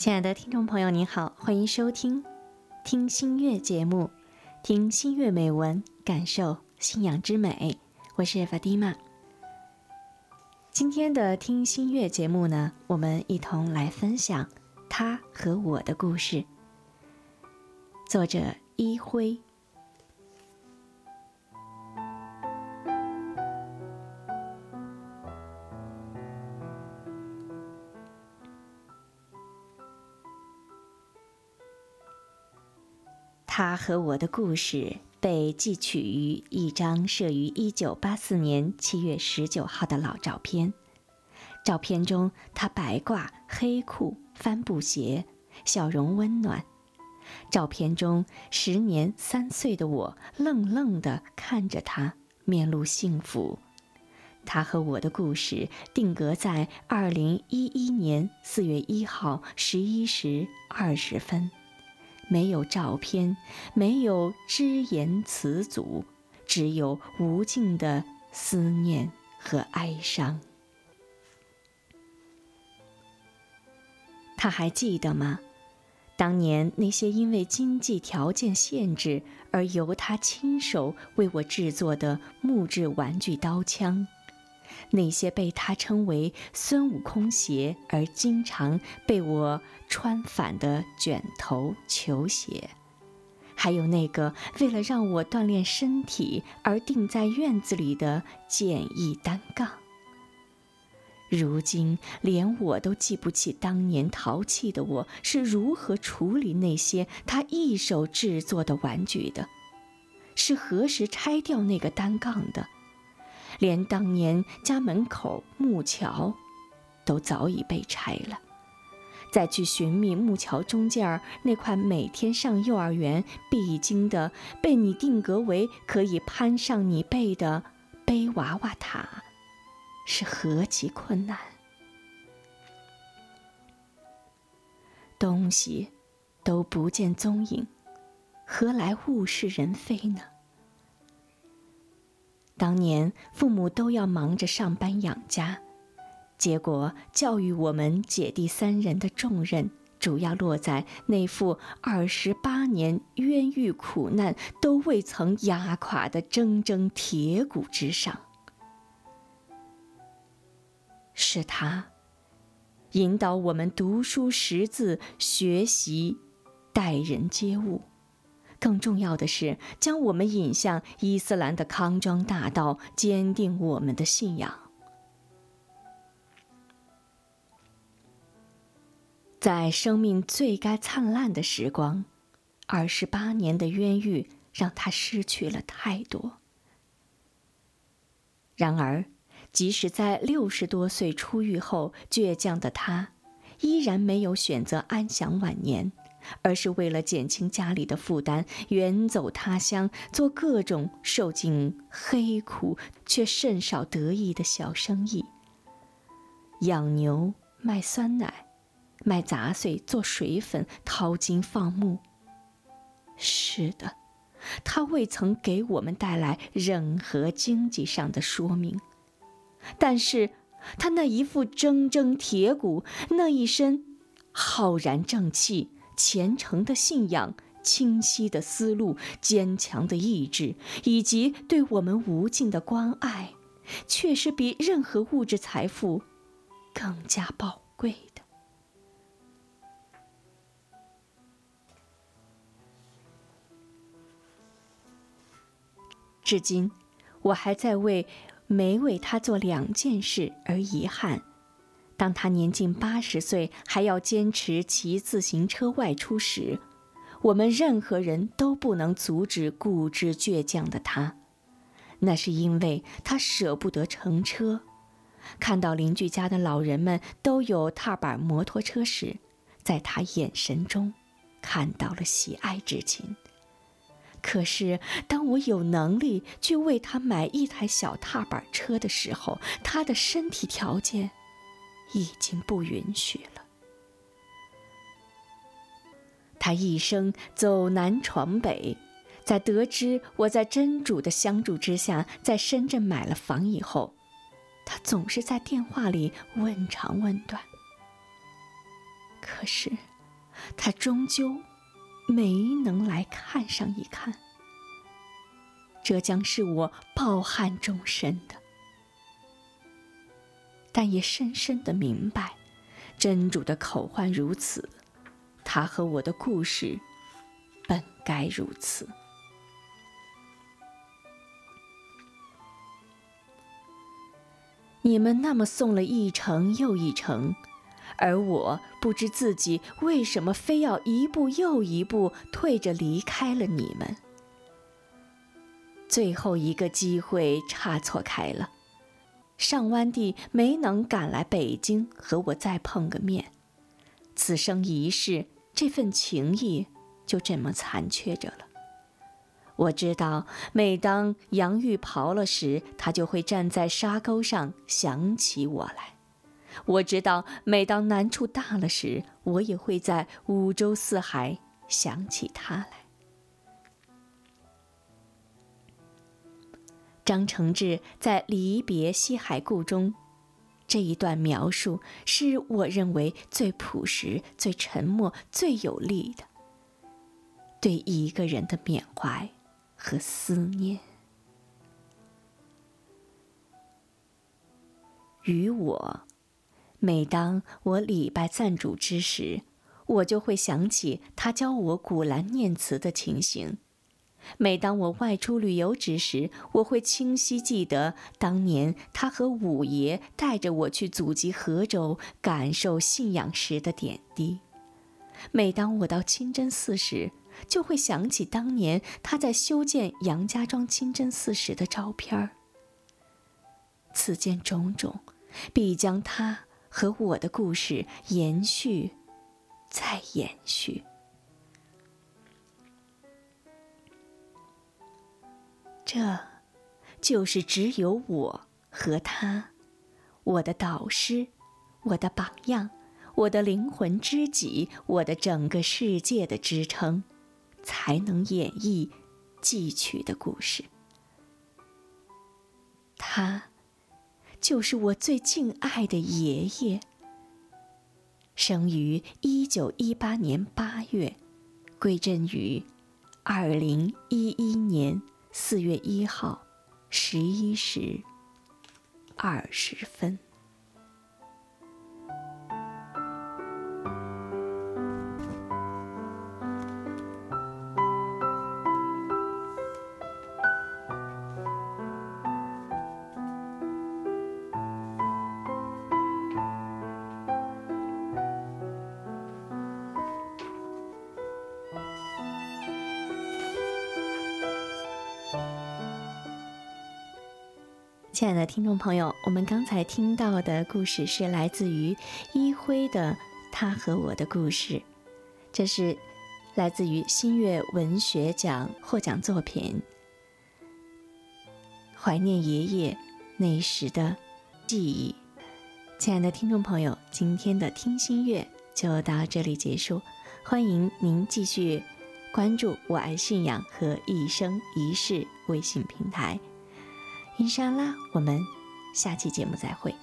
亲爱的听众朋友您好，欢迎收听听心悦节目，听心悦美文，感受信仰之美。我是法蒂玛。今天的听心悦节目呢，我们一同来分享他和我的故事。作者一辉。他和我的故事被记取于一张摄于1984年7月19号的老照片。照片中，他白褂、黑裤、帆布鞋，笑容温暖。照片中，10年3岁的我愣愣地看着他，面露幸福。他和我的故事定格在2011年4月1号11时20分。没有照片，没有只言词组，只有无尽的思念和哀伤。他还记得吗？当年那些因为经济条件限制而由他亲手为我制作的木质玩具刀枪，那些被他称为孙悟空鞋而经常被我穿反的卷头球鞋，还有那个为了让我锻炼身体而定在院子里的简易单杠。如今连我都记不起当年淘气的我是如何处理那些他一手制作的玩具的，是何时拆掉那个单杠的，连当年家门口木桥都早已被拆了。再去寻觅木桥中间那块每天上幼儿园必经的被你定格为可以攀上你背的背娃娃塔，是何其困难。东西都不见踪影，何来物是人非呢？当年父母都要忙着上班养家，结果教育我们姐弟3人的重任主要落在那副28年冤狱苦难都未曾压垮的铮铮铁骨之上。是他引导我们读书识字，学习待人接物，更重要的是将我们引向伊斯兰的康庄大道，坚定我们的信仰。在生命最该灿烂的时光，28年的冤狱让他失去了太多。然而即使在60多岁出狱后，倔强的他依然没有选择安享晚年，而是为了减轻家里的负担，远走他乡，做各种受尽黑苦却甚少得意的小生意，养牛、卖酸奶、卖杂碎、做水粉、淘金放牧。是的，他未曾给我们带来任何经济上的说明，但是他那一副铮铮铁骨，那一身浩然正气，虔诚的信仰，清晰的思路，坚强的意志，以及对我们无尽的关爱，却是比任何物质财富更加宝贵的。至今，我还在为没为他做2件事而遗憾。当他年近80岁还要坚持骑自行车外出时，我们任何人都不能阻止固执倔强的他。那是因为他舍不得乘车。看到邻居家的老人们都有踏板摩托车时，在他眼神中看到了喜爱之情。可是当我有能力去为他买一台小踏板车的时候，他的身体条件已经不允许了。他一生走南闯北，在得知我在真主的相助之下在深圳买了房以后，他总是在电话里问长问短。可是他终究没能来看上一看。这将是我抱憾终身的。但也深深地明白，真主的口唤如此，他和我的故事本该如此。你们那么送了一程又一程，而我不知自己为什么非要一步又一步退着离开了你们。最后一个机会差错开了，上湾地没能赶来北京和我再碰个面，此生一世，这份情谊就这么残缺着了。我知道，每当洋芋刨了时，他就会站在沙沟上想起我来。我知道，每当难处大了时，我也会在五洲四海想起他来。张承志在《离别西海固》中这一段描述，是我认为最朴实、最沉默、最有力的对一个人的缅怀和思念。于我，每当我礼拜赞主之时，我就会想起他教我古兰念词的情形。每当我外出旅游之时，我会清晰记得当年他和五爷带着我去祖籍河州感受信仰时的点滴。每当我到清真寺时，就会想起当年他在修建杨家庄清真寺时的照片。此间种种，必将他和我的故事延续再延续。这就是只有我和他，我的导师，我的榜样，我的灵魂知己，我的整个世界的支撑，才能演绎记取的故事。他就是我最敬爱的爷爷，生于1918年8月，归镇于2011年4月1号11时20分。亲爱的听众朋友，我们刚才听到的故事是来自于一辉的《他和我的故事》，这是来自于新月文学奖获奖作品，怀念爷爷那时的记忆。亲爱的听众朋友，今天的听心乐就到这里结束，欢迎您继续关注我爱信仰和一生一世微信平台。印沙拉，我们下期节目再会。